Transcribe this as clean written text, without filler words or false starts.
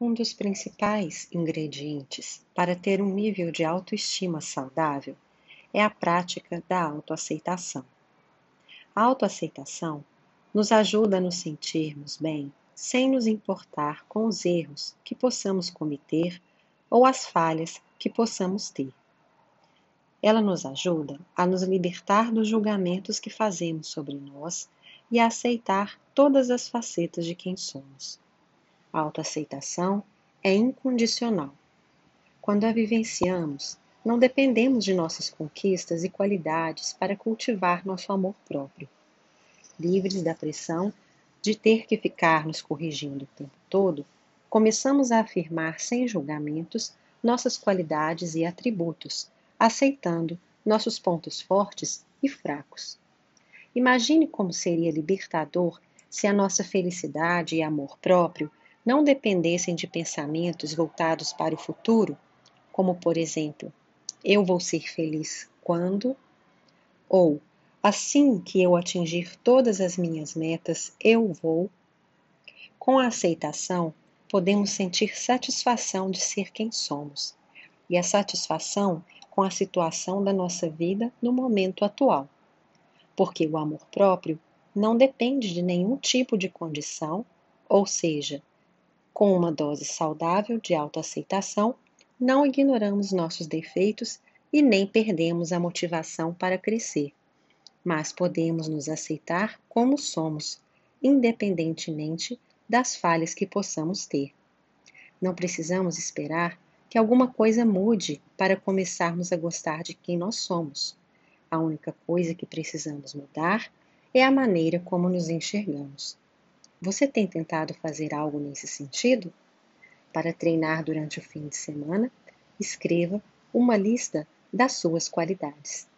Um dos principais ingredientes para ter um nível de autoestima saudável é a prática da autoaceitação. A autoaceitação nos ajuda a nos sentirmos bem sem nos importar com os erros que possamos cometer ou as falhas que possamos ter. Ela nos ajuda a nos libertar dos julgamentos que fazemos sobre nós e a aceitar todas as facetas de quem somos. A autoaceitação é incondicional. Quando a vivenciamos, não dependemos de nossas conquistas e qualidades para cultivar nosso amor próprio. Livres da pressão de ter que ficar nos corrigindo o tempo todo, começamos a afirmar sem julgamentos nossas qualidades e atributos, aceitando nossos pontos fortes e fracos. Imagine como seria libertador se a nossa felicidade e amor próprio não dependessem de pensamentos voltados para o futuro, como por exemplo, eu vou ser feliz quando, ou assim que eu atingir todas as minhas metas, eu vou. Com a aceitação, podemos sentir satisfação de ser quem somos, e a satisfação com a situação da nossa vida no momento atual. Porque o amor próprio não depende de nenhum tipo de condição, ou seja, com uma dose saudável de autoaceitação, não ignoramos nossos defeitos e nem perdemos a motivação para crescer, mas podemos nos aceitar como somos, independentemente das falhas que possamos ter. Não precisamos esperar que alguma coisa mude para começarmos a gostar de quem nós somos. A única coisa que precisamos mudar é a maneira como nos enxergamos. Você tem tentado fazer algo nesse sentido? Para treinar durante o fim de semana, escreva uma lista das suas qualidades.